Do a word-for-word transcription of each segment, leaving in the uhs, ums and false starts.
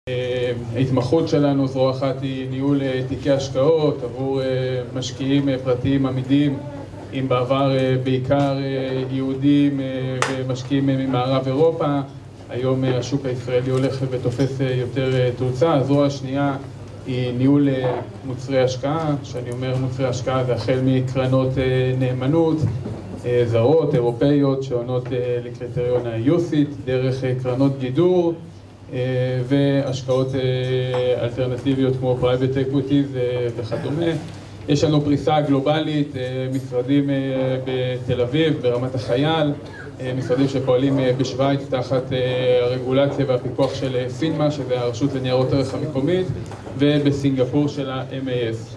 ההתמחות שלנו, זרוע אחת, היא ניהול תיקי השקעות עבור משקיעים פרטיים עמידים, אם בעבר בעיקר יהודים ומשקיעים ממערב אירופה. היום השוק הישראלי הולך ותופס יותר תאוצה. הזרוע השנייה היא ניהול מוצרי השקעה, שאני אומר מוצרי השקעה זה החל מקרנות נאמנות זרות, אירופאיות, שעונות לקריטריון היוסיט, דרך קרנות גידור והשקעות אלטרנטיביות כמו private equities וכדומה. יש לנו פריסה גלובלית, משרדים בתל אביב, ברמת החייל, משרדים שפועלים בשוויץ תחת הרגולציה והפיקוח של פינמה, שזה הרשות לניירות ערך המקומית, ובסינגפור של ה-אם איי אס.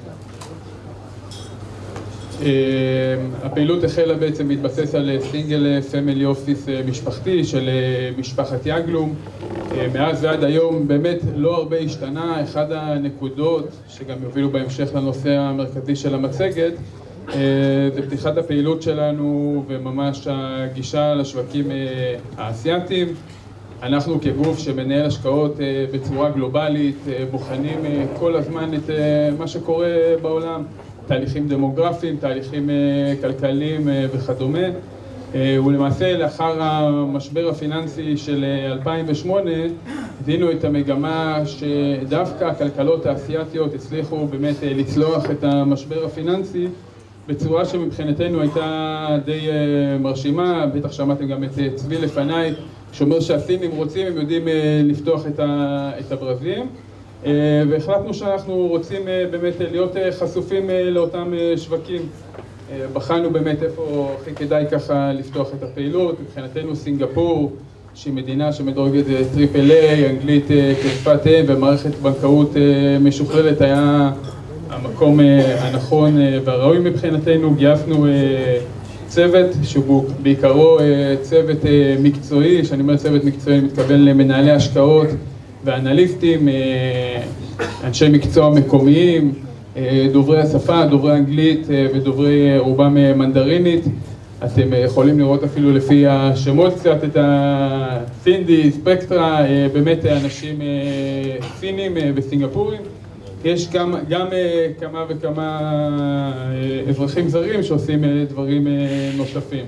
הפעילות החלה בעצם להתבסס על סינגל פמילי אופיס משפחתי של משפחת יגלום. מאז ועד היום באמת לא הרבה השתנה. אחד הנקודות שגם יובילו בהמשך לנושא המרכזי של המצגת זה פתיחת הפעילות שלנו וממש הגישה לשווקים האסייתיים. אנחנו כגוף שמנהל השקעות בצורה גלובלית בוחנים כל הזמן את מה שקורה בעולם, תהליכים דמוגרפיים, תהליכים כלכליים וכדומה. ולמעשה לאחר המשבר הפיננסי של אלפיים ושמונה זיהינו את המגמה שדווקא הכלכלות האסייתיות הצליחו באמת לצלוח את המשבר הפיננסי בצורה שמבחינתנו הייתה די מרשימה. בטח שמעתם גם את צבי לפניי שאומר שהסינים רוצים, הם יודעים לפתוח את הברזים, והחלטנו שאנחנו רוצים באמת להיות חשופים לאותם שווקים. בחנו באמת איפה הכי כדאי ככה לפתוח את הפעילות. מבחינתנו סינגפור, שהיא מדינה שמדורגת טריפל איי, אנגלית כשפת אם ומערכת בנקאות משוכללת, היה המקום הנכון והראוי מבחינתנו. גייסנו צוות שהוא בעיקרו צוות מקצועי. שאני אומר צוות מקצועי, אני מתכוון למנהלי השקעות ואנליסטים, אנשי מקצוע מקומיים, דוברי השפה, דוברי אנגלית ודוברי רובם מנדרינית. אתם יכולים לראות אפילו לפי השמות קצת את הסינדי, ספקטרה, באמת אנשים סינים וסינגפורים. יש גם, גם כמה וכמה אזרחים זרים שעושים דברים נוספים.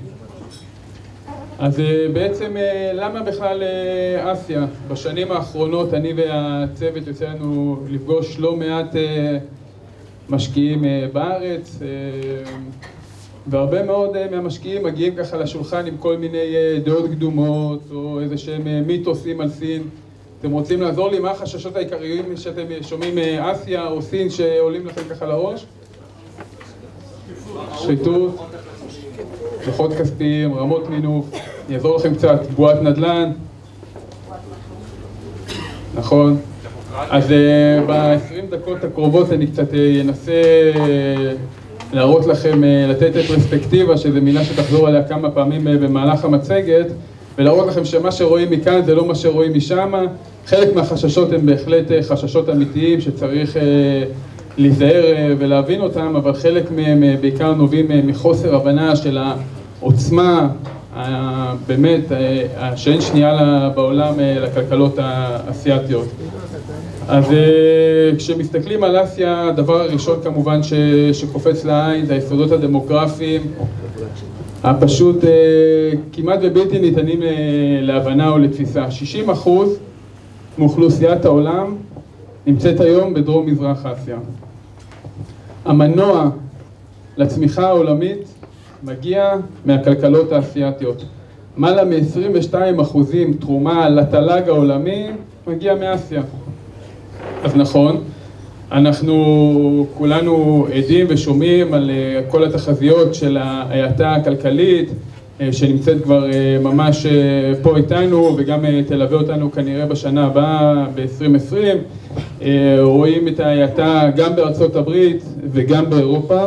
אז בעצם למה בכלל אסיה? בשנים האחרונות אני והצוות יוצא לנו לפגוש לא מעט משקיעים בארץ, והרבה מאוד מהמשקיעים מגיעים ככה לשולחן עם כל מיני דעות קדומות או איזה שהם מיתוסים על סין. אתם רוצים לעזור לי? מה החששות העיקריים שאתם שומעים מאסיה או סין שעולים לכם ככה לראש? שחיתות, דוחות כספיים, רמות מינוף, יעזור לכם קצת, בועת נדל"ן. נכון. אז ב-עשרים דקות הקרובות אני קצת אנסה להראות לכם, לתת את פרספקטיבה, שזו מילה שתחזור עליה כמה פעמים במהלך המצגת, ולהראות לכם שמה שרואים מכאן זה לא מה שרואים משם. חלק מהחששות הם בהחלט חששות אמיתיים שצריך להיזהר ולהבין אותם, אבל חלק מהם בעיקר נובעים מחוסר הבנה של העוצמה, באמת, שאין שנייה בעולם לכלכלות האסייתיות. אז כשמסתכלים על אסיה, הדבר הראשון כמובן שקופץ לעין זה היסודות הדמוגרפיים, הפשוט כמעט ובלתי ניתנים להבנה או לתפיסה. שישים אחוז מאוכלוסיית העולם נמצאת היום בדרום מזרח אסיה. המנוע לצמיחה העולמית מגיע מהכלכלות האסייתיות. מעלה מ-עשרים ושתיים אחוזים תרומה לתל"ג העולמי מגיע מאסיה. אז נכון, אנחנו כולנו עדים ושומעים על כל התחזיות של ההאטה הכלכלית שנמצאת כבר ממש פה איתנו וגם תלווה אותנו כנראה בשנה הבאה ב-עשרים עשרים. רואים את ההאטה גם בארצות הברית וגם באירופה.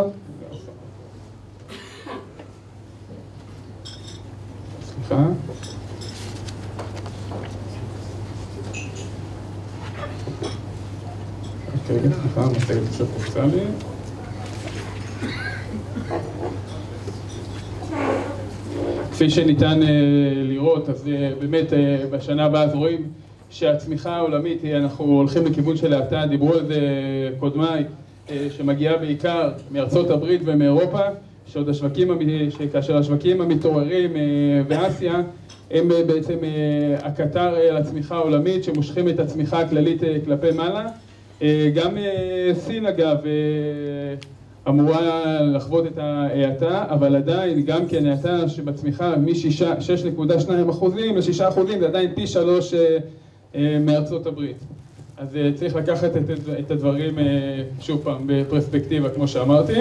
סליחה. רגע, סליחה, מצגת קצת קופצה לי. כפי שניתן לראות, אז באמת בשנה הבאה אז רואים שהצמיחה העולמית, אנחנו הולכים לכיוון של האטה, דיברו על זה קודמיי, שמגיעה בעיקר מארצות הברית ומאירופה, שעוד השווקים, כאשר השווקים המתעוררים באסיה, הם בעצם הקטר לצמיחה העולמית, שמושכים את הצמיחה הכללית כלפי מעלה. גם סין אגב אמורה לחוות את ההאטה, אבל עדיין גם כן האטה שבצמיחה מ-שש נקודה שתיים אחוזים ל-שישה אחוזים, זה עדיין פי שלוש מארצות הברית. אז צריך לקחת את הדברים שוב פעם בפרספקטיבה, כמו שאמרתי.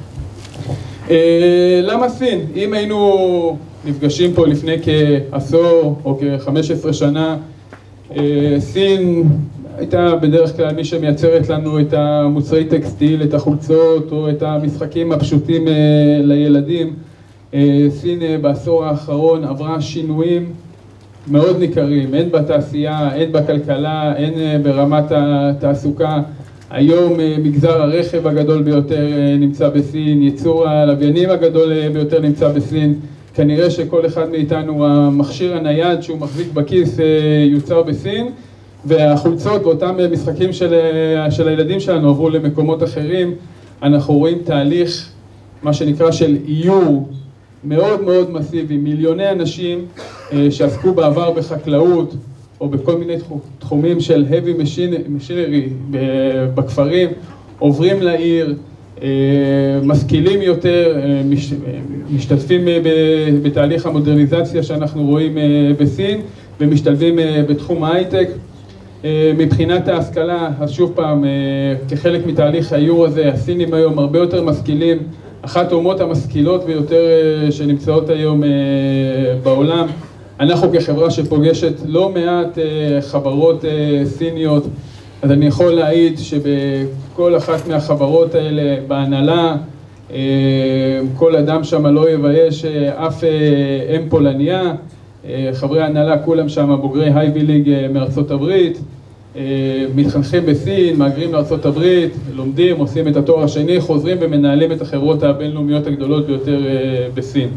למה סין? אם היינו נפגשים פה לפני כעשור או כ-חמש עשרה שנה, סין הייתה בדרך כלל מי שמייצרת לנו את המוצרי טקסטיל, את החולצות או את המשחקים הפשוטים לילדים. סין בעשור האחרון עברה שינויים מאוד ניכרים, הן בתעשייה, הן בכלכלה, הן ברמת התעסוקה. היום מגזר הרכב הגדול ביותר נמצא בסין, ייצור הלוויינים הגדול ביותר נמצא בסין. כנראה שכל אחד מאיתנו, המכשיר הנייד שהוא מחזיק בכיס יוצר בסין, והחולצות ואותם משחקים של, של הילדים שלנו עברו למקומות אחרים. אנחנו רואים תהליך, מה שנקרא של איור, מאוד מאוד מסיבי. מיליוני אנשים שעסקו בעבר בחקלאות או בכל מיני תחומים של heavy machinery בכפרים, עוברים לעיר, משכילים יותר, משתתפים בתהליך המודרניזציה שאנחנו רואים בסין, ומשתלבים בתחום ההייטק. מבחינת ההשכלה, אז שוב פעם, כחלק מתהליך האיור הזה, הסינים היום הרבה יותר משכילים, אחת האומות המשכילות ביותר שנמצאות היום בעולם. אנחנו כחברה שפוגשת לא מעט חברות סיניות, אז אני יכול להעיד שבכל אחת מהחברות האלה, בהנהלה, כל אדם שם לא יבייש אף אם פולניה. חברי ההנהלה כולם שם בוגרי הייבי ליג מארצות הברית, מתחנכים בסין, מהגרים לארצות הברית, לומדים, עושים את התואר השני, חוזרים ומנהלים את החברות הבינלאומיות הגדולות ביותר בסין.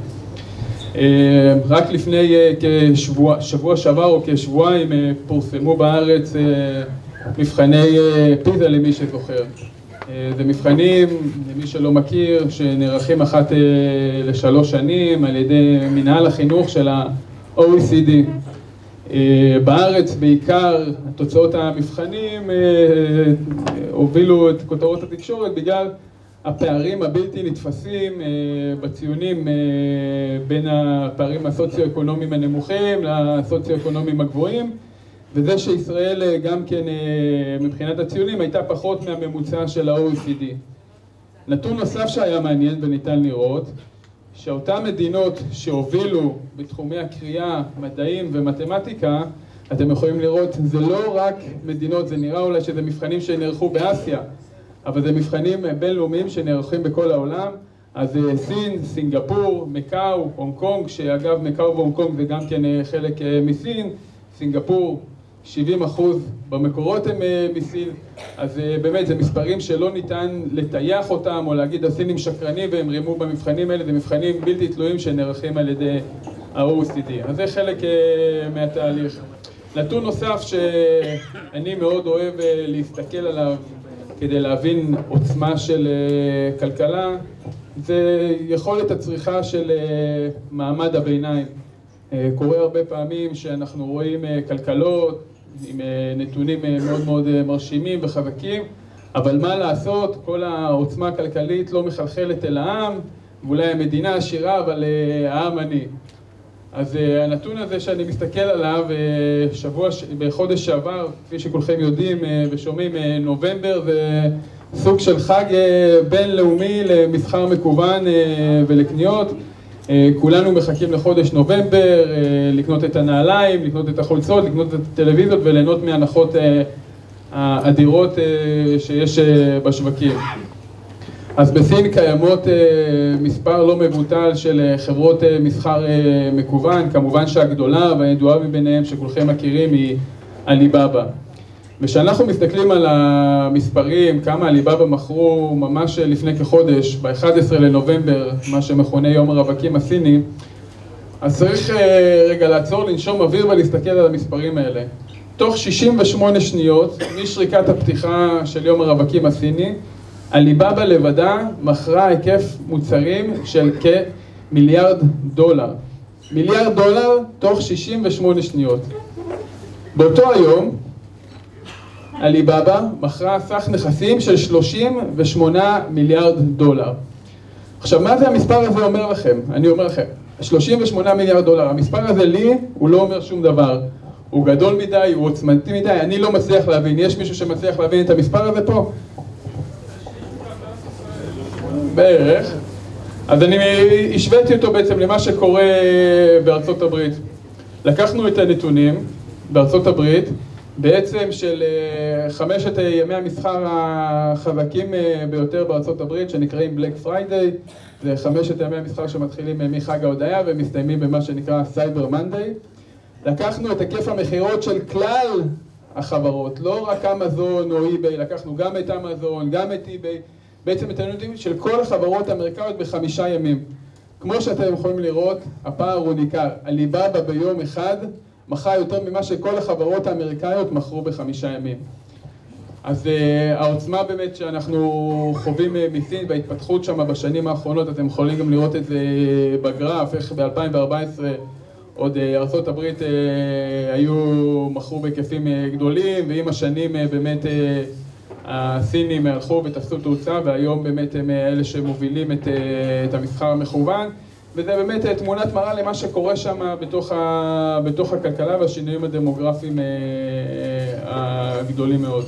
רק לפני כשבוע, שבוע שעבר או כשבועיים פורסמו בארץ מבחני פיזה למי שזוכר. זה מבחנים, למי שלא מכיר, שנערכים אחת לשלוש שנים על ידי מנהל החינוך של ה-או אי סי די. בארץ בעיקר תוצאות המבחנים הובילו את כותרות התקשורת בגלל הפערים הבלתי נתפסים בציונים בין הפערים הסוציו-אקונומיים הנמוכים לסוציו-אקונומיים הגבוהים, וזה שישראל גם כן מבחינת הציונים הייתה פחות מהממוצע של ה-או אי סי די. נתון נוסף שהיה מעניין וניתן לראות, שאותן מדינות שהובילו בתחומי הקריאה, מדעים ומתמטיקה, אתם יכולים לראות, זה לא רק מדינות, זה נראה אולי שזה מבחנים שנערכו באסיה, אבל זה מבחנים בינלאומיים שנערכים בכל העולם. אז סין, סינגפור, מקאו, הונג קונג, שאגב מקאו והונג קונג זה גם כן חלק מסין, סינגפור שבעים אחוז במקורות הם מסין, אז באמת זה מספרים שלא ניתן לטייח אותם או להגיד הסינים שקרנים והם רימו במבחנים האלה, זה מבחנים בלתי תלויים שנערכים על ידי ה-או אי סי די. אז זה חלק מהתהליך. נתון נוסף שאני מאוד אוהב להסתכל עליו כדי להבין עוצמה של כלכלה, זה יכולת הצריכה של מעמד הביניים. קורה הרבה פעמים שאנחנו רואים כלכלות עם נתונים מאוד מאוד מרשימים וחזקים, אבל מה לעשות, כל העוצמה הכלכלית לא מחלחלת אל העם, ואולי המדינה עשירה, אבל העם עני. אז הנתון הזה שאני מסתכל עליו, שבוע, בחודש שעבר, כפי שכולכם יודעים ושומעים, נובמבר זה סוג של חג בינלאומי למסחר מקוון ולקניות. כולנו מחכים לחודש נובמבר, לקנות את הנעליים, לקנות את החולצות, לקנות את הטלוויזיות וליהנות מהנחות האדירות שיש בשווקים. אז בסין קיימות מספר לא מבוטל של חברות מסחר מקוון, כמובן שהגדולה והידועה מביניהם שכולכם מכירים היא עליבאבא. ושאנחנו מסתכלים על המספרים, כמה עליבאבא מכרו ממש לפני כחודש, ב-אחד עשר לנובמבר, מה שמכונה יום הרווקים הסיני, אז צריך רגע לעצור, לנשום אוויר ולהסתכל על המספרים האלה. תוך שישים ושמונה שניות, משריקת הפתיחה של יום הרווקים הסיני, עליבאבא לבדה מכרה היקף מוצרים של כמיליארד דולר. מיליארד דולר תוך שישים ושמונה שניות. באותו היום, עליבאבא מכרה סך נכסים של שלושים ושמונה מיליארד דולר. עכשיו, מה זה המספר הזה אומר לכם? אני אומר לכם, שלושים ושמונה מיליארד דולר. המספר הזה לי, הוא לא אומר שום דבר. הוא גדול מדי, הוא עוצמתי מדי, אני לא מצליח להבין. יש מישהו שמצליח להבין את המספר הזה פה? בערך. אז אני השוויתי אותו בעצם למה שקורה בארצות הברית. לקחנו את הנתונים בארצות הברית, בעצם של חמשת ימי המסחר החזקים ביותר בארצות הברית, שנקראים בלק פריידיי. זה חמשת ימי המסחר שמתחילים מחג ההודיה ומסתיימים במה שנקרא סייבר מנדיי. לקחנו את היקף המחירות של כלל החברות, לא רק אמזון או איביי, לקחנו גם את אמזון, גם את איביי, בעצם את הנתונים של כל החברות האמריקאיות בחמישה ימים. כמו שאתם יכולים לראות, הפער הוא ניכר. עליבאבא ביום אחד מכר יותר ממה שכל החברות האמריקאיות מכרו בחמישה ימים. אז uh, העוצמה באמת שאנחנו חווים uh, מסין וההתפתחות שם בשנים האחרונות, אתם יכולים גם לראות את זה בגרף, איך ב-אלפיים וארבע עשרה עוד uh, ארצות הברית uh, היו, מכרו בהיקפים uh, גדולים, ועם השנים uh, באמת uh, הסינים הלכו ותפסו תאוצה, והיום באמת הם אלה שמובילים את, uh, את המסחר המכוון, וזה באמת uh, תמונת מראה למה שקורה שם בתוך, ה, בתוך הכלכלה והשינויים הדמוגרפיים uh, uh, הגדולים מאוד.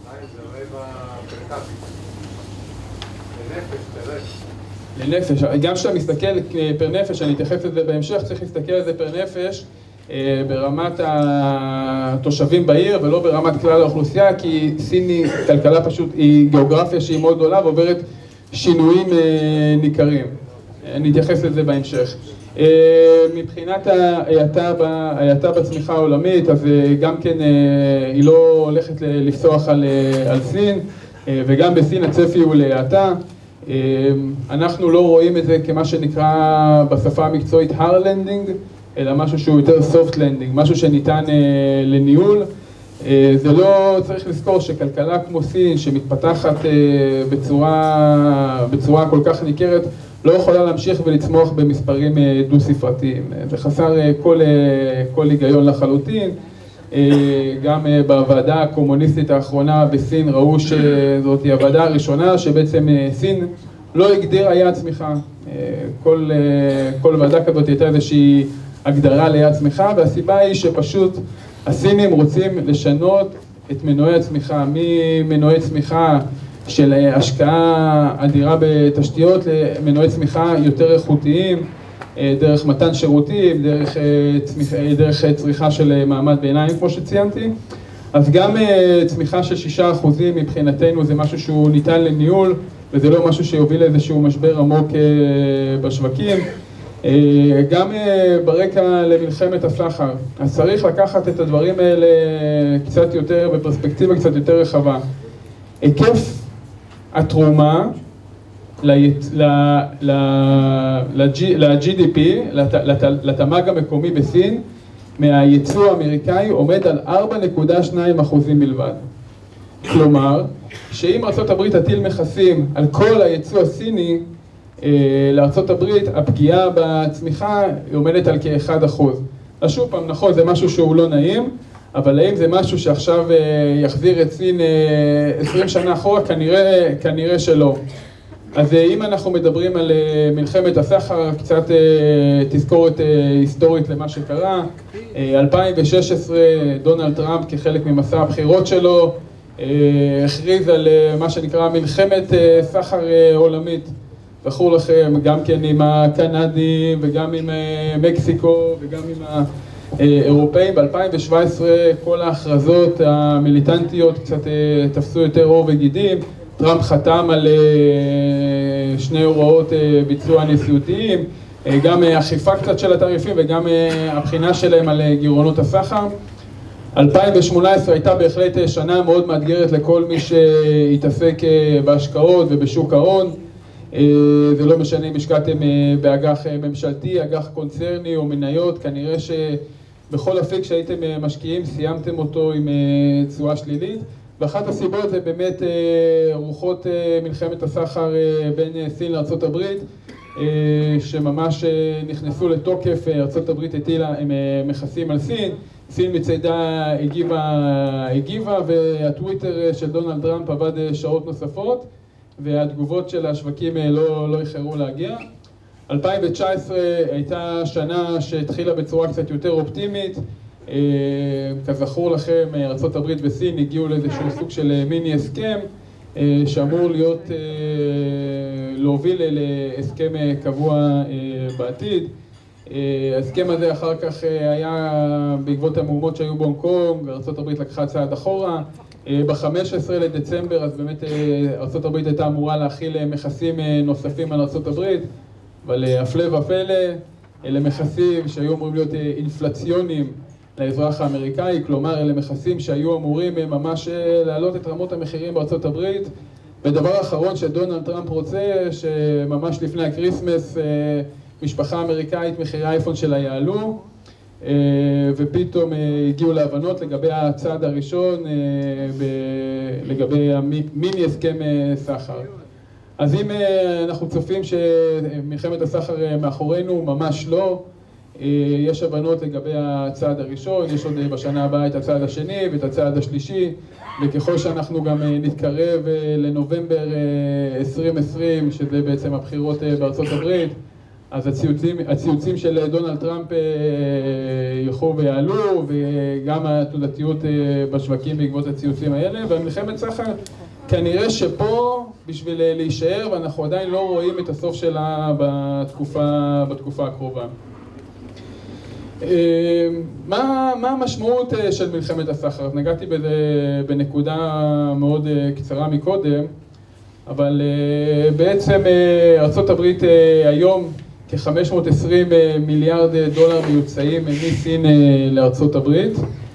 לנפש, גם כשאתה מסתכל פר נפש, אני אתייחס לזה בהמשך, צריך להסתכל על זה פר נפש ברמת התושבים בעיר ולא ברמת כלל האוכלוסייה, כי סין היא כלכלה פשוט, היא גיאוגרפיה שהיא מאוד גדולה ועוברת שינויים ניכרים. אני אתייחס לזה בהמשך. מבחינת ההאטה בצמיחה העולמית, אז גם כן היא לא הולכת לפסוח על, על סין, וגם בסין הצפי הוא להאטה. אנחנו לא רואים את זה כמה שנקרא בשפה המקצועית hard landing, אלא משהו שהוא יותר soft landing, משהו שניתן לניהול. זה לא, צריך לזכור שכלכלה כמו סין שמתפתחת בצורה, בצורה כל כך ניכרת, לא יכולה להמשיך ולצמוח במספרים דו-ספרתיים. זה חסר כל, כל היגיון לחלוטין. גם בוועדה הקומוניסטית האחרונה בסין ראו שזאת היא הוועדה הראשונה שבעצם סין לא הגדירה יעד צמיחה. כל, כל ועדה כזאת הייתה איזושהי הגדרה ליעד צמיחה, והסיבה היא שפשוט הסינים רוצים לשנות את מנועי הצמיחה, ממנועי צמיחה של השקעה אדירה בתשתיות למנועי צמיחה יותר איכותיים, דרך מתן שירותים, דרך, דרך צריכה של מעמד ביניים, כמו שציינתי. אז גם צמיחה של שישה אחוזים מבחינתנו זה משהו שהוא ניתן לניהול, וזה לא משהו שיוביל לאיזשהו משבר עמוק בשווקים. גם ברקע למלחמת הסחר. אז צריך לקחת את הדברים האלה קצת יותר, בפרספקטיבה קצת יותר רחבה. היקף התרומה ל-ג'י די פי, לתמ"ג המקומי בסין, מהייצוא האמריקאי עומד על ארבע נקודה שתיים אחוזים בלבד. כלומר, שאם ארצות הברית תטיל מכסים על כל הייצוא הסיני לארצות הברית, הפגיעה בצמיחה היא עומדת על כ-אחד אחוז. אז שוב פעם, נכון, זה משהו שהוא לא נעים, אבל האם זה משהו שעכשיו יחזיר את סין עשרים שנה אחורה? כנראה, כנראה שלא. אז אם אנחנו מדברים על מלחמת הסחר, קצת תזכורת היסטורית למה שקרה. אלפיים ושש עשרה, דונלד טראמפ כחלק ממסע הבחירות שלו, הכריז על מה שנקרא מלחמת סחר עולמית. זכור לכם, גם כן עם הקנדים וגם עם מקסיקו וגם עם האירופאים. ב-אלפיים שבע עשרה כל ההכרזות המיליטנטיות קצת תפסו יותר עור וגידים. טראמפ חתם על שני הוראות ביצוע נשיאותיים, גם אכיפה קצת של התעריפים וגם הבחינה שלהם על גירעונות הסחר. אלפיים שמונה עשרה הייתה בהחלט שנה מאוד מאתגרת לכל מי שהתעסק בהשקעות ובשוק ההון. זה לא משנה אם השקעתם באג"ח ממשלתי, אג"ח קונצרני או מניות, כנראה בכל אפיק שהייתם משקיעים, סיימתם אותו עם תשואה שלילית. ואחת הסיבות זה באמת רוחות מלחמת הסחר בין סין לארצות הברית, שממש נכנסו לתוקף. ארצות הברית הטילה מכסים על סין, סין מצדה הגיבה, הגיבה והטוויטר של דונלד טראמפ עבד שעות נוספות, והתגובות של השווקים לא, לא איחרו להגיע. אלפיים תשע עשרה הייתה שנה שהתחילה בצורה קצת יותר אופטימית. כזכור לכם, ארצות הברית וסין הגיעו לאיזשהו סוג של מיני הסכם שאמור להיות, להוביל להסכם קבוע בעתיד. ההסכם הזה אחר כך היה בעקבות המהומות שהיו בהונג קונג, ארצות הברית לקחה צעד אחורה. ב-חמישה עשר לדצמבר אז באמת ארצות הברית הייתה אמורה להכיל מכסים נוספים על ארצות הברית, אבל הפלא ופלא, אלה מכסים שהיו אמורים להיות אינפלציוניים לאזרח האמריקאי, כלומר אלה מכסים שהיו אמורים ממש להעלות את רמות המחירים בארצות הברית. ודבר האחרון שדונלד טראמפ רוצה, שממש לפני הקריסמס משפחה אמריקאית מחירי האייפון שלה יעלו, ופתאום הגיעו להבנות לגבי הצעד הראשון, לגבי המיני הסכם סחר. אז אם אנחנו צופים שמלחמת הסחר מאחורינו, ממש לא. יש הבנות לגבי הצעד הראשון, יש עוד בשנה הבאה את הצעד השני ואת הצעד השלישי, וככל שאנחנו גם נתקרב לנובמבר עשרים עשרים, שזה בעצם הבחירות בארצות הברית, אז הציוצים, הציוצים של דונלד טראמפ ילכו ויעלו, וגם התנודתיות בשווקים בעקבות הציוצים האלה, והמלחמת סחר כנראה שפה בשביל להישאר, ואנחנו עדיין לא רואים את הסוף שלה בתקופה, בתקופה הקרובה. מה, מה המשמעות של מלחמת הסחר? נגעתי בזה בנקודה מאוד קצרה מקודם, אבל בעצם ארצות הברית היום כ-חמש מאות ועשרים מיליארד דולר מיוצאים מסין לארצות הברית.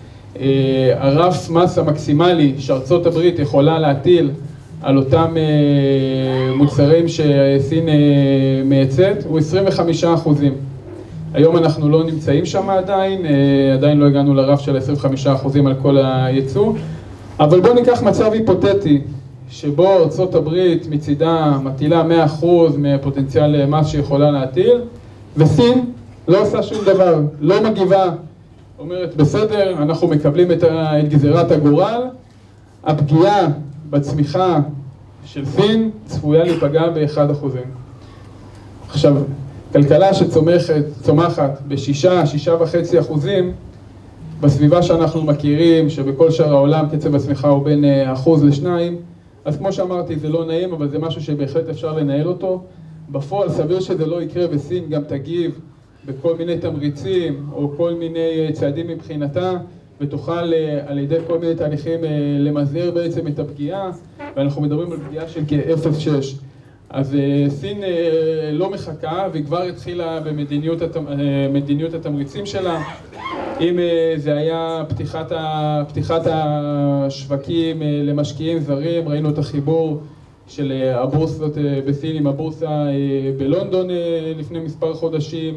הרף מס המקסימלי שארצות הברית יכולה להטיל על אותם מוצרים שסין מייצאת הוא עשרים וחמישה אחוזים. היום אנחנו לא נמצאים שם עדיין, עדיין לא הגענו לרף של עשרים וחמישה אחוזים על כל הייצוא, אבל בואו ניקח מצב היפותטי שבו ארצות הברית מצידה מטילה מאה אחוז מהפוטנציאל מס שיכולה להטיל, וסין לא עושה שום דבר, לא מגיבה, אומרת בסדר, אנחנו מקבלים את גזירת הגורל, הפגיעה בצמיחה של סין צפויה להיפגע ב-אחד אחוז. עכשיו, כלכלה שצומחת, צומחת בשישה, שישה וחצי אחוזים, בסביבה שאנחנו מכירים, שבכל שאר העולם קצב הצמיחה הוא בין אחוז לשניים, אז כמו שאמרתי, זה לא נעים, אבל זה משהו שבהחלט אפשר לנהל אותו. בפועל סביר שזה לא יקרה, וסין גם תגיב בכל מיני תמריצים, או כל מיני צעדים מבחינתה, ותוכל על ידי כל מיני תהליכים למזער בעצם את הפגיעה, ואנחנו מדברים על פגיעה של כ-אפס נקודה שש. אז סין לא מחכה, והיא כבר התחילה במדיניות מדיניות התמריצים שלה. אם זה היה פתיחת, ה, פתיחת השווקים למשקיעים זרים, ראינו את החיבור של הבורסות בסין עם הבורסה בלונדון לפני מספר חודשים,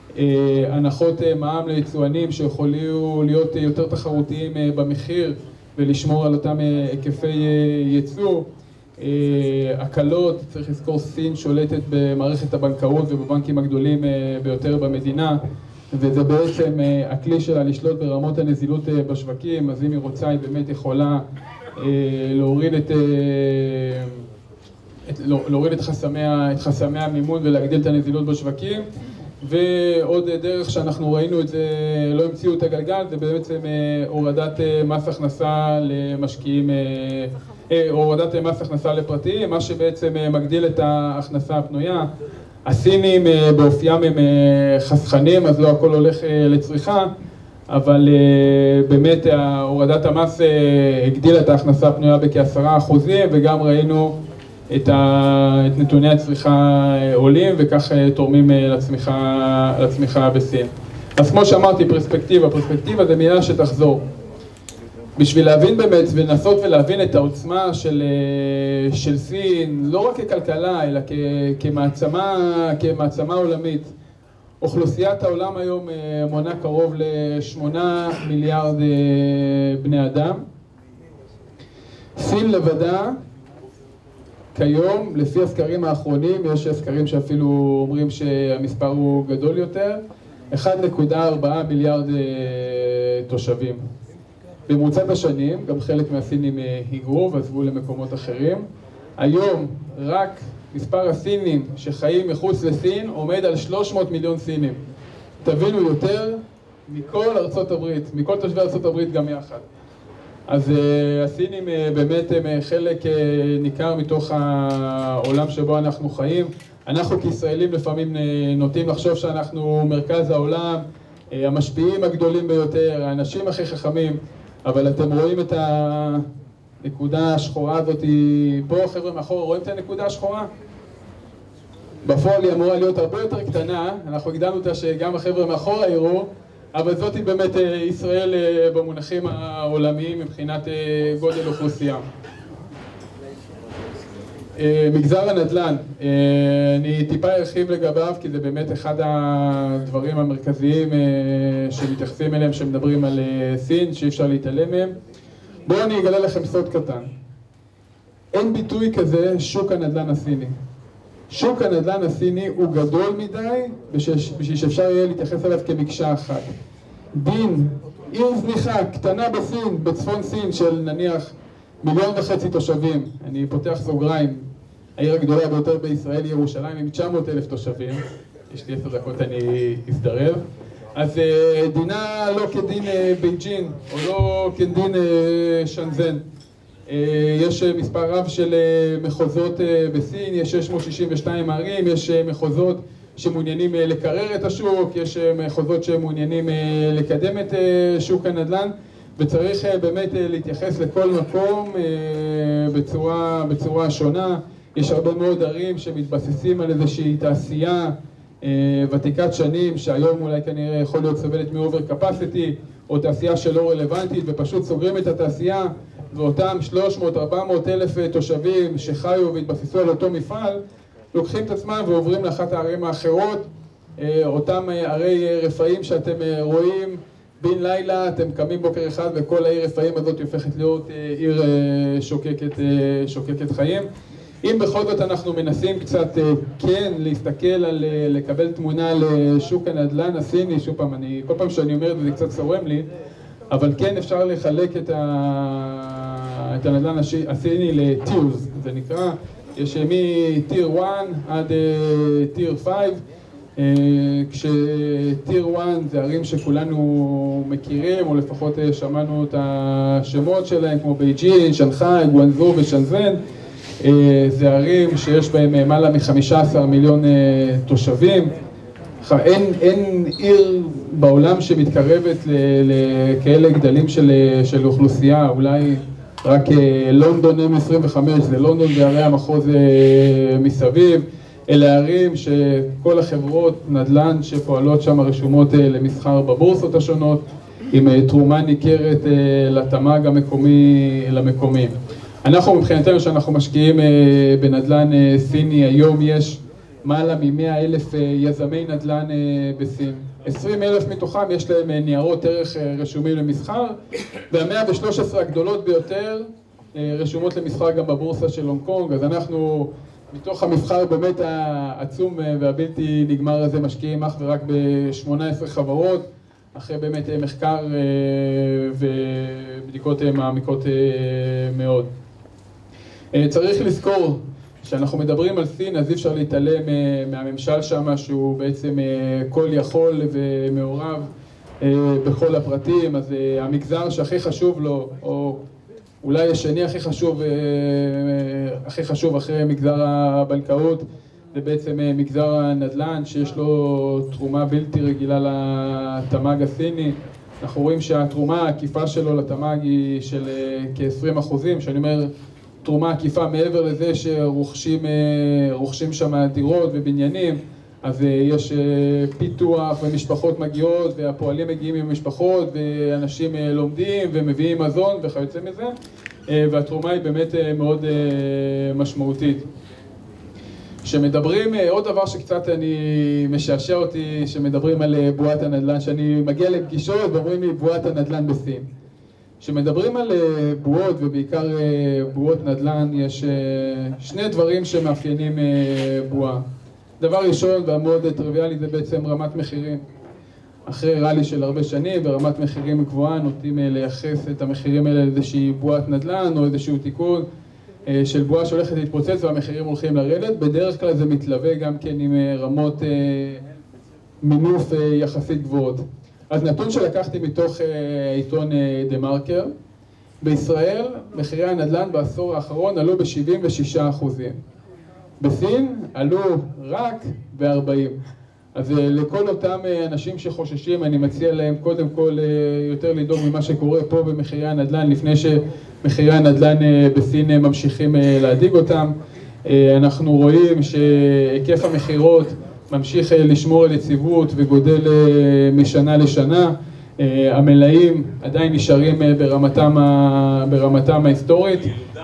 הנחות מע"מ ליצואנים שיכולים להיות יותר תחרותיים במחיר ולשמור על אותם היקפי ייצוא, הקלות, צריך לזכור, סין שולטת במערכת הבנקאות ובבנקים הגדולים ביותר במדינה, וזה בעצם הכלי שלה לשלוט ברמות הנזילות בשווקים. אז אם היא רוצה, היא באמת יכולה להוריד את, את, להוריד את חסמי, את חסמי המימון ולהגדיל את הנזילות בשווקים. ועוד דרך שאנחנו ראינו את זה, לא המציאו את הגלגל, זה בעצם הורדת מס הכנסה למשקיעים, הורדת מס הכנסה לפרטיים, מה שבעצם מגדיל את ההכנסה הפנויה. הסינים באופיים הם חסכנים, אז לא הכל הולך לצריכה, אבל באמת הורדת המס הגדילה את ההכנסה הפנויה בכ-עשרה אחוזים, וגם ראינו את, ה... את נתוני הצריכה עולים, וכך תורמים לצמיחה, לצמיחה בסין. אז כמו שאמרתי, פרספקטיבה, פרספקטיבה זה מילה שתחזור. בשביל להבין באמת ולנסות ולהבין את העוצמה של, של סין, לא רק ככלכלה, אלא כ, כמעצמה, כמעצמה עולמית, אוכלוסיית העולם היום מונה קרוב לשמונה מיליארד בני אדם. סין לבדה, כיום, לפי הסקרים האחרונים, יש סקרים שאפילו אומרים שהמספר הוא גדול יותר, אחד נקודה ארבע מיליארד תושבים. במרוצת השנים, גם חלק מהסינים היגרו ועזבו למקומות אחרים. היום רק מספר הסינים שחיים מחוץ לסין עומד על שלוש מאות מיליון סינים. תבינו יותר מכל ארצות הברית, מכל תושבי ארצות הברית גם יחד. אז uh, הסינים uh, באמת הם uh, חלק uh, ניכר מתוך העולם שבו אנחנו חיים. אנחנו כישראלים לפעמים uh, נוטים לחשוב שאנחנו מרכז העולם, uh, המשפיעים הגדולים ביותר, האנשים הכי חכמים, אבל אתם רואים את הנקודה השחורה הזאת פה, חבר'ה מאחור, רואים את הנקודה השחורה? בפועל היא אמורה להיות הרבה יותר קטנה, אנחנו הגדלנו אותה שגם החבר'ה מאחור יראו, אבל זאת היא באמת ישראל במונחים העולמיים מבחינת גודל אוכלוסייה. מגזר הנדל"ן, אני טיפה ארחיב לגביו כי זה באמת אחד הדברים המרכזיים שמתייחסים אליהם, שמדברים על סין, שאי אפשר להתעלם מהם. בואו אני אגלה לכם סוד קטן. אין ביטוי כזה שוק הנדל"ן הסיני. שוק הנדל"ן הסיני הוא גדול מדי בשביל שאפשר יהיה להתייחס אליו כמקשה אחת. דין, עיר זניחה, קטנה בסין, בצפון סין של נניח מיליון וחצי תושבים, אני פותח סוגריים, העיר הגדולה ביותר בישראל היא ירושלים עם תשע מאות אלף תושבים, יש לי עשר דקות אני אזדרב, אז דינה לא כדין בייג'ין או לא כדין שנזן. יש מספר רב של מחוזות בסין, יש שש מאות שישים ושתיים ערים, יש מחוזות שמעוניינים לקרר את השוק, יש מחוזות שמעוניינים לקדם את שוק הנדל"ן, וצריך באמת להתייחס לכל מקום בצורה, בצורה שונה. יש הרבה מאוד ערים שמתבססים על איזושהי תעשייה ותיקת שנים, שהיום אולי כנראה יכול להיות סובלת מאובר קפסיטי, או תעשייה שלא רלוונטית, ופשוט סוגרים את התעשייה, ואותם שלוש מאות עד ארבע מאות אלף תושבים שחיו והתבססו על אותו מפעל, לוקחים את עצמם ועוברים לאחת הערים האחרות, אותם ערי רפאים שאתם רואים, בין לילה אתם קמים בוקר אחד וכל העיר רפאים הזאת הופכת להיות עיר שוקקת, שוקקת חיים. אם בכל זאת אנחנו מנסים קצת כן להסתכל על, לקבל תמונה לשוק הנדל"ן הסיני, שוב פעם, אני, כל פעם שאני אומר את זה, זה קצת צורם לי, אבל כן אפשר לחלק את, ה... את הנדל"ן הסיני לטירס, זה נקרא, יש מטיר אחת עד טיר חמש, כשטיר אחת זה ערים שכולנו מכירים, או לפחות שמענו את השמות שלהם, כמו בייג'ין, שנגחאי, גואנזו ושנזן. זה ערים שיש בהם מעלה מ-חמישה עשר מיליון תושבים. אין, אין עיר בעולם שמתקרבת לכאלה גדלים של, של אוכלוסייה, אולי רק לונדון אם עשרים וחמש, זה לונדון וערי המחוז מסביב. אלה ערים שכל החברות נדל"ן שפועלות שם רשומות למסחר בבורסות השונות, עם תרומה ניכרת לתמ"ג המקומי למקומי. אנחנו מבחינתנו שאנחנו משקיעים בנדל"ן סיני, היום יש מעלה מ-מאה אלף יזמי נדל"ן בסין. עשרים אלף מתוכם יש להם ניירות ערך רשומים למסחר, וה-מאה ושלוש עשרה הגדולות ביותר רשומות למסחר גם בבורסה של הונג קונג. אז אנחנו מתוך המסחר באמת העצום והבלתי נגמר הזה משקיעים אך ורק ב-שמונה עשרה חברות, אחרי באמת מחקר ובדיקות מעמיקות מאוד. צריך לזכור שאנחנו מדברים על סין, אז אי אפשר להתעלם מהממשל שם, שהוא בעצם כל יכול ומעורב בכל הפרטים. אז המגזר שהכי חשוב לו, או אולי השני הכי חשוב, הכי חשוב אחרי מגזר הבנקאות, זה בעצם מגזר הנדל"ן, שיש לו תרומה בלתי רגילה לתמ"ג הסיני. אנחנו רואים שהתרומה העקיפה שלו לתמ"ג היא של כ-עשרים אחוזים, שאני אומר תרומה עקיפה מעבר לזה שרוכשים רוכשים שם דירות ובניינים, אז יש פיתוח ומשפחות מגיעות והפועלים מגיעים עם משפחות ואנשים לומדים ומביאים מזון וכיוצא מזה, והתרומה היא באמת מאוד משמעותית. שמדברים, עוד דבר שקצת אני משעשע אותי, שמדברים על בועת הנדל"ן, שאני מגיע לפגישות ואומרים לי בועת הנדל"ן בסין. שמדברים על בועות ובעיקר בועות נדל"ן, יש שני דברים שמאפיינים בועה. דבר ראשון והמאוד טריוויאלי זה בעצם רמת מחירים. אחרי רלי של הרבה שנים ורמת מחירים גבוהה נוטים לייחס את המחירים האלה לאיזושהי בועת נדל"ן או איזשהו תיקון של בועה שהולכת להתפוצץ והמחירים הולכים לרדת. בדרך כלל זה מתלווה גם כן עם רמות מינוף יחסית גבוהות. אז נתון שלקחתי מתוך עיתון דה מרקר, בישראל מחירי הנדל"ן בעשור האחרון עלו ב-שבעים ושישה אחוזים. בסין עלו רק ב-ארבעים. אז לכל אותם אנשים שחוששים, אני מציע להם קודם כל יותר לדאוג ממה שקורה פה במחירי הנדל"ן, לפני שמחירי הנדל"ן בסין ממשיכים להדאיג אותם. אנחנו רואים שהיקף המחירות ממשיך לשמור על יציבות וגודל משנה לשנה. המלאים עדיין נשארים ברמתם, ברמתם ההיסטורית.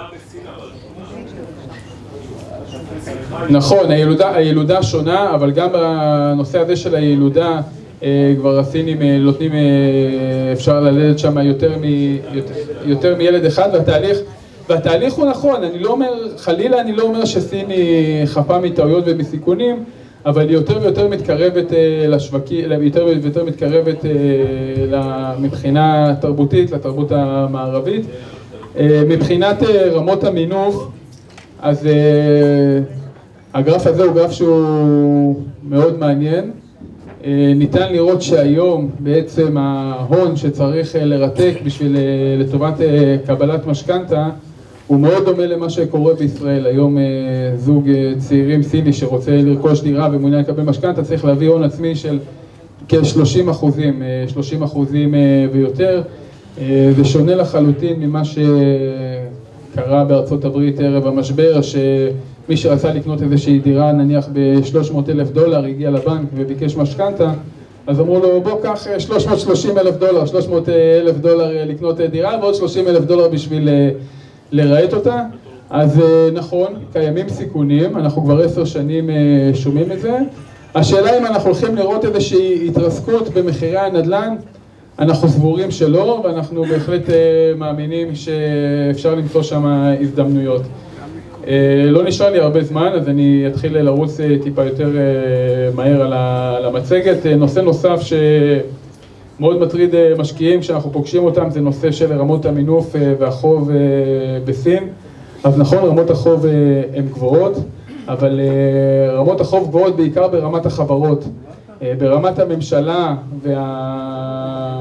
נכון, הילודה, הילודה שונה, אבל גם בנושא הזה של הילודה, כבר הסינים נותנים, אפשר ללדת שם יותר, מ, יותר, יותר מילד אחד, והתהליך, והתהליך הוא נכון. אני לא אומר, חלילה אני לא אומר שסין היא חפה מטעויות ומסיכונים, אבל היא יותר ויותר מתקרבת לשווקים, יותר ויותר מתקרבת מבחינה תרבותית, לתרבות המערבית. מבחינת רמות המינוף, אז הגרף הזה הוא גרף שהוא מאוד מעניין. ניתן לראות שהיום בעצם ההון שצריך לרתק בשביל לטובת קבלת משכנתה הוא מאוד דומה למה שקורה בישראל. היום זוג צעירים סיני שרוצה לרכוש דירה ומעוניין לקבל משכנתה צריך להביא הון עצמי של כ-שלושים אחוזים, שלושים אחוזים ויותר. זה שונה לחלוטין ממה שקרה בארצות הברית ערב המשבר, שמי שרצה לקנות איזושהי דירה נניח ב-שלוש מאות אלף דולר הגיע לבנק וביקש משכנתה, אז אמרו לו בוא קח שלוש מאות ושלושים אלף דולר, שלוש מאות אלף דולר לקנות דירה ועוד שלושים אלף דולר בשביל לראות אותה. אז נכון, קיימים סיכונים, אנחנו כבר עשר שנים שומעים את זה. השאלה אם אנחנו הולכים לראות איזושהי התרסקות במחירי הנדל"ן, אנחנו סבורים שלא, ואנחנו בהחלט מאמינים שאפשר למצוא שם הזדמנויות. לא נשאר לי הרבה זמן, אז אני אתחיל לרוץ טיפה יותר מהר על המצגת. נושא נוסף שמאוד מטריד משקיעים שאנחנו פוגשים אותם, זה נושא של רמות המינוף והחוב בסין. אז נכון, רמות החוב הן גבוהות, אבל רמות החוב גבוהות בעיקר ברמת החברות. ברמת הממשלה וה...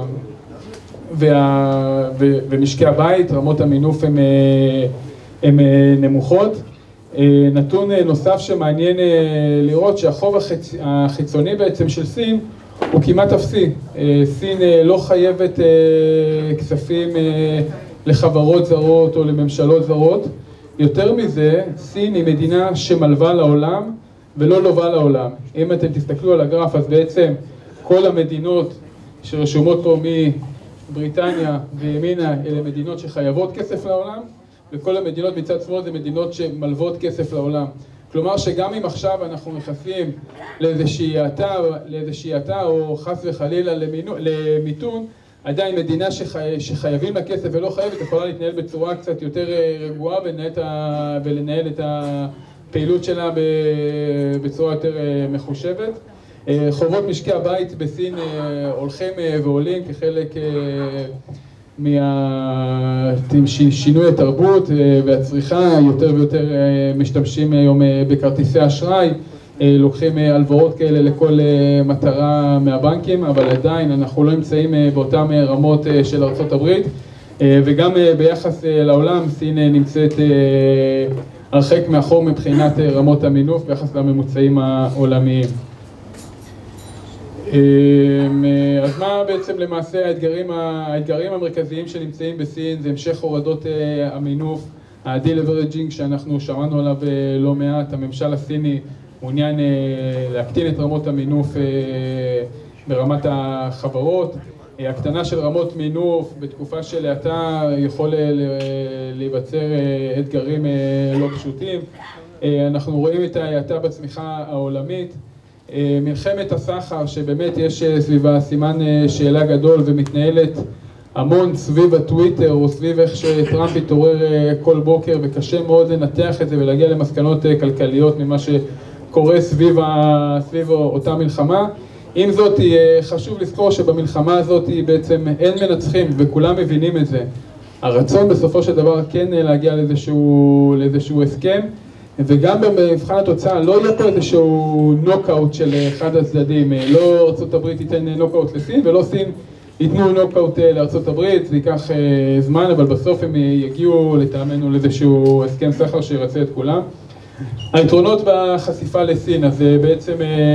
וה... ו... ומשקי הבית, רמות המינוף הן, הן נמוכות. נתון נוסף שמעניין לראות שהחוב החיצ... החיצוני בעצם של סין הוא כמעט אפסי. סין לא חייבת כספים לחברות זרות או לממשלות זרות. יותר מזה, סין היא מדינה שמלווה לעולם ולא לובה לעולם. אם אתם תסתכלו על הגרף, אז בעצם כל המדינות שרשומות פה מבריטניה וימינה, אלה מדינות שחייבות כסף לעולם, וכל המדינות מצד שמאל זה מדינות שמלוות כסף לעולם. כלומר שגם אם עכשיו אנחנו נכנסים לאיזושהי האטה, לאיזושהי האטה או חס וחלילה למיתון, עדיין מדינה שחי... שחייבים לה כסף ולא חייבת, יכולה להתנהל בצורה קצת יותר רגועה ולנהל את, ה... ולנהל את הפעילות שלה בצורה יותר מחושבת. חובות משקי הבית בסין הולכים ועולים כחלק משינוי התרבות והצריכה. יותר ויותר משתמשים היום בכרטיסי אשראי, לוקחים הלוואות כאלה לכל מטרה מהבנקים, אבל עדיין אנחנו לא נמצאים באותן רמות של ארצות הברית, וגם ביחס לעולם סין נמצאת הרחק מאחור מבחינת רמות המינוף ביחס לממוצעים העולמיים. אז מה בעצם למעשה האתגרים, האתגרים המרכזיים שנמצאים בסין? זה המשך הורדות המינוף, ה-deleveraging שאנחנו שמענו עליו לא מעט. הממשל הסיני מעוניין להקטין את רמות המינוף ברמת החברות. הקטנה של רמות מינוף בתקופה של האטה יכול להיווצר אתגרים לא פשוטים. אנחנו רואים את ההאטה בצמיחה העולמית, מלחמת הסחר שבאמת יש סביבה סימן שאלה גדול ומתנהלת המון סביב הטוויטר או סביב איך שטראמפ התעורר כל בוקר, וקשה מאוד לנתח את זה ולהגיע למסקנות כלכליות ממה שקורה סביב, ה... סביב אותה מלחמה. עם זאת, חשוב לזכור שבמלחמה הזאת בעצם אין מנצחים וכולם מבינים את זה. הרצון בסופו של דבר כן להגיע לאיזשהו, לאיזשהו הסכם, וגם במבחן התוצאה לא יהיה פה איזשהו נוקאוט של אחד הצדדים. לא ארצות הברית ייתן נוקאוט לסין ולא סין ייתנו נוקאוט לארצות הברית, זה ייקח זמן, אבל בסוף הם יגיעו לטעמנו לאיזשהו הסכם סחר שירצה את כולם. היתרונות בחשיפה לסין, אז בעצם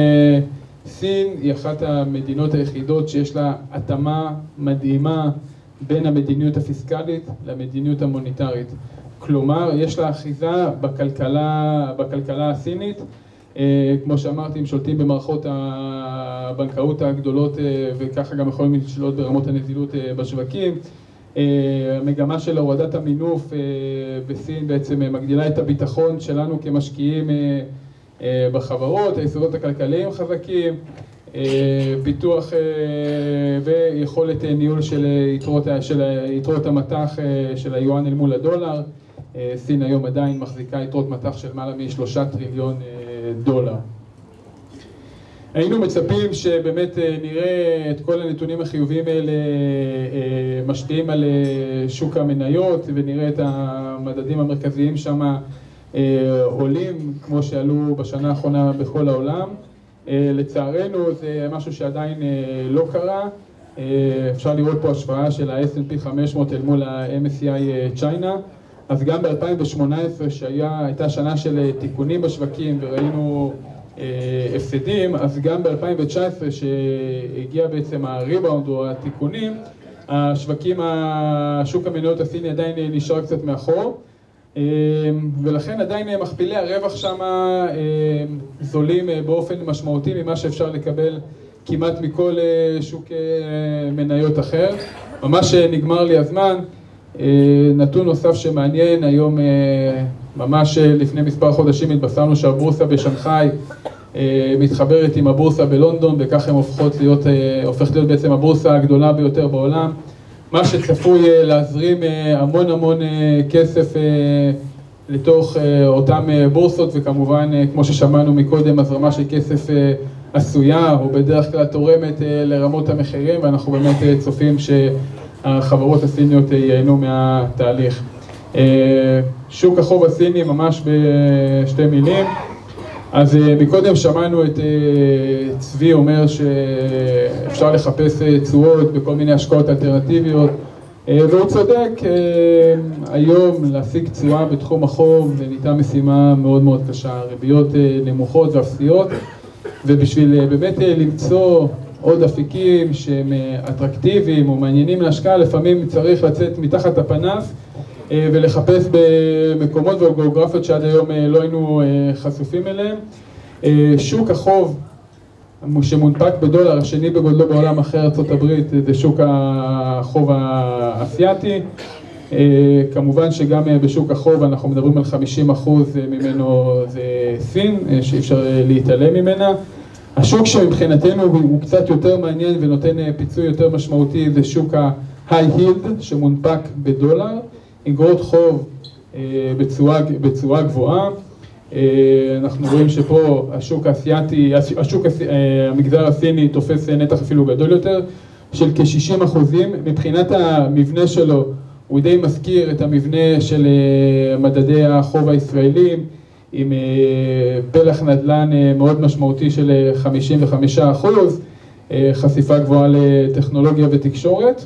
סין היא אחת המדינות היחידות שיש לה התאמה מדהימה בין המדיניות הפיסקלית למדיניות המוניטרית. כלומר, יש לה אחיזה בכלכלה, בכלכלה הסינית. כמו שאמרתי, הם שולטים במערכות הבנקאות הגדולות וככה גם יכולים לשלוט ברמות הנזילות בשווקים. המגמה של הורדת המינוף בסין בעצם מגדילה את הביטחון שלנו כמשקיעים בחברות, היסודות הכלכליים חזקים, פיתוח ויכולת ניהול של יתרות, של יתרות המטח של היואן אל מול הדולר. סין היום עדיין מחזיקה יתרות מטח של מעלה משלושה טריליון דולר. היינו מצפים שבאמת נראה את כל הנתונים החיוביים האלה משפיעים על שוק המניות, ונראה את המדדים המרכזיים שם עולים כמו שעלו בשנה האחרונה בכל העולם. לצערנו זה משהו שעדיין לא קרה. אפשר לראות פה השוואה של ה-אס אנד פי חמש מאות אל מול ה-אם אס סי איי צ'יינה. אז גם ב-אלפיים שמונה עשרה שהייתה שנה של תיקונים בשווקים וראינו הפסדים, אז גם ב-אלפיים תשע עשרה שהגיע בעצם הריבאונד או התיקונים, השווקים, השוק המניות הסיני עדיין נשאר קצת מאחור, ולכן עדיין מכפילי הרווח שם זולים באופן משמעותי ממה שאפשר לקבל כמעט מכל שוק מניות אחר. ממש נגמר לי הזמן. נתון נוסף שמעניין, היום ממש לפני מספר חודשים התבשרנו שהבורסה בשנגחאי מתחברת עם הבורסה בלונדון, וכך הן הופכות להיות, הופכת להיות בעצם הבורסה הגדולה ביותר בעולם, מה שצפוי להזרים המון המון כסף לתוך אותם בורסות, וכמובן כמו ששמענו מקודם, הזרמה של כסף עשויה או בדרך כלל תורמת לרמות המחירים, ואנחנו באמת צופים שהחברות הסיניות ייהנו מהתהליך. שוק החוב הסיני ממש בשתי מילים. אז מקודם שמענו את צבי אומר שאפשר לחפש תשואות בכל מיני השקעות אלטרנטיביות, והוא צודק. היום להשיג תשואה בתחום החוב זה נהייתה משימה מאוד מאוד קשה, ריביות נמוכות ואפסיות, ובשביל באמת למצוא עוד אפיקים שהם אטרקטיביים או מעניינים להשקעה, לפעמים צריך לצאת מתחת הפנס ולחפש במקומות וגיאוגרפיות שעד היום לא היינו חשופים אליהם. שוק החוב שמונפק בדולר, השני בגודלו בעולם אחרי ארצות הברית, זה שוק החוב האסייתי. כמובן שגם בשוק החוב אנחנו מדברים על חמישים אחוז ממנו זה סין, שאי אפשר להתעלם ממנה. השוק שמבחינתנו הוא קצת יותר מעניין ונותן פיצוי יותר משמעותי זה שוק ה-high yield שמונפק בדולר, אגרות חוב בצורה, בצורה גבוהה. אנחנו רואים שפה השוק האסייתי, השוק, המגזר הסיני תופס נתח אפילו גדול יותר של כ-שישים אחוזים. מבחינת המבנה שלו הוא די מזכיר את המבנה של מדדי החוב הישראלים, עם פלח נדל"ן מאוד משמעותי של חמישים וחמישה אחוז, חשיפה גבוהה לטכנולוגיה ותקשורת.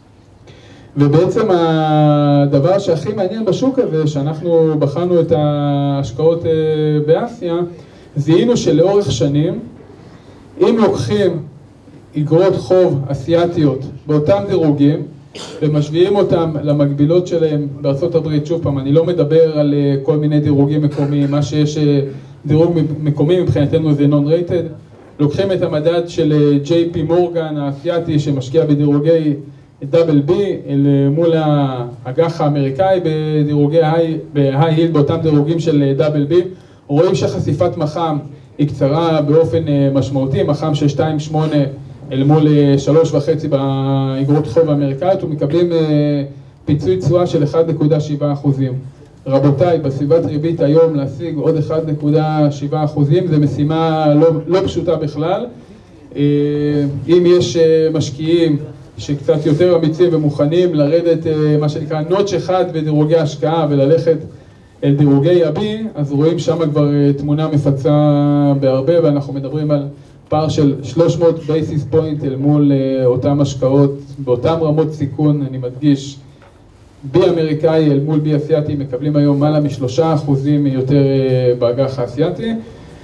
ובעצם הדבר שהכי מעניין בשוק הזה, שאנחנו בחנו את ההשקעות באסיה, זיהינו שלאורך שנים, אם לוקחים אגרות חוב אסייתיות באותם דירוגים, ומשווים אותם למקבילות שלהם בארצות הברית, שוב פעם, אני לא מדבר על כל מיני דירוגים מקומיים, מה שיש דירוג מקומי מבחינתנו זה non-rated, לוקחים את המדד של ג'יי פי מורגן האסייתי שמשקיע בדירוגי דאבל בי אל מול האג"ח האמריקאי בדירוגי ההיי היל באותם דירוגים של דאבל בי. רואים שחשיפת מח"מ היא קצרה באופן משמעותי, מח"מ של שתיים נקודה שמונה אל מול שלוש וחצי באגרות חוב האמריקאיות, ומקבלים פיצוי תשואה של אחד נקודה שבעה אחוזים. רבותיי, בסביבת ריבית היום להשיג עוד אחד נקודה שבעה אחוזים זה משימה לא, לא פשוטה בכלל. אם יש משקיעים שקצת יותר אמיצים ומוכנים לרדת מה שנקרא נוטש אחד בדירוגי השקעה וללכת אל דירוגי הבי, אז רואים שם כבר תמונה מפצה בהרבה, ואנחנו מדברים על פער של שלוש מאות בייסיס פוינט אל מול אותם השקעות באותם רמות סיכון. אני מדגיש, בי אמריקאי אל מול בי אסיאטי מקבלים היום מעלה משלושה אחוזים יותר באג"ח האסיאטי.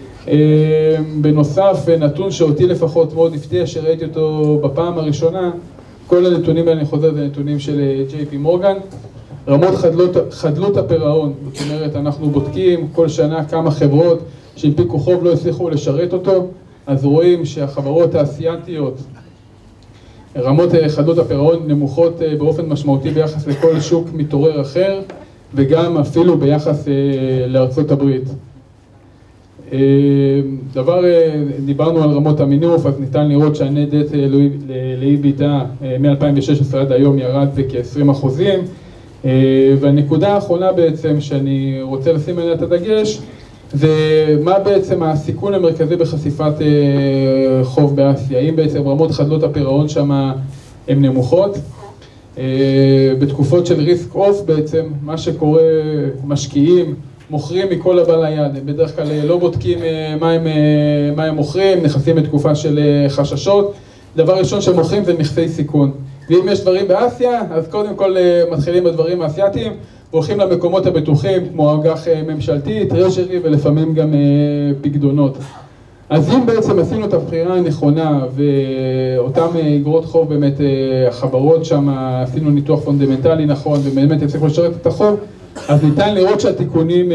בנוסף, נתון שאותי לפחות מאוד הפתיע שראיתי אותו בפעם הראשונה, כל הנתונים האלה, אני חוזר, זה נתונים של ג'יי פי מורגן, רמות חדלות, חדלות הפירעון. זאת אומרת, אנחנו בודקים כל שנה כמה חברות שהנפיקו חוב לא הצליחו לשרת אותו, אז רואים שהחברות האסיאטיות, רמות חדלות הפירעון נמוכות באופן משמעותי ביחס לכל שוק מתעורר אחר, וגם אפילו ביחס לארצות הברית. דבר, דיברנו על רמות המינוף, אז ניתן לראות שהנט דט לאיביטה מ-אלפיים ושש עשרה עד היום ירד בכ-עשרים אחוזים, והנקודה האחרונה בעצם שאני רוצה לשים עליה את הדגש, זה מה בעצם הסיכון המרכזי בחשיפת חוב באסיה. האם בעצם רמות חדלות הפירעון שם הן נמוכות? בתקופות של ריסק אוף בעצם, מה שקורה, משקיעים מוכרים מכל הבא ליד, הם בדרך כלל לא בודקים מה הם, מה הם מוכרים, נכנסים לתקופה של חששות. דבר ראשון שמוכרים זה נכסי סיכון. ואם יש דברים באסיה, אז קודם כל מתחילים בדברים האסייתיים, והולכים למקומות הבטוחים, כמו אג"ח ממשלתי, טרז'רי ולפעמים גם פקדונות. אז אם בעצם עשינו את הבחירה הנכונה, ואותם אגרות חוב באמת, החברות שם, עשינו ניתוח פונדמנטלי נכון, ובאמת הצליחו לשרת את החוב, אז ניתן לראות שהתיקונים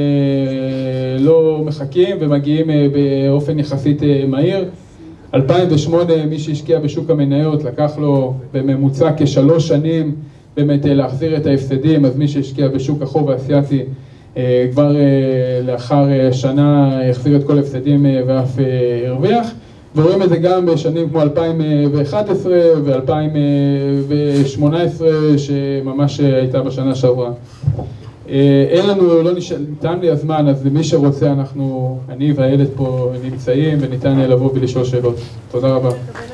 לא מחכים ומגיעים באופן יחסית מהיר. אלפיים ושמונה, מי שהשקיע בשוק המניות, לקח לו בממוצע כשלוש שנים באמת להחזיר את ההפסדים, אז מי שהשקיע בשוק החוב האסייתי כבר לאחר שנה החזיר את כל ההפסדים ואף הרוויח. ורואים את זה גם בשנים כמו אלפיים ואחת עשרה ו-אלפיים ושמונה עשרה שממש הייתה בשנה שעברה. אין לנו, לא ניתן לי הזמן, אז למי שרוצה אנחנו, אני והילד פה נמצאים וניתן לבוא ולשאול שאלות. תודה רבה.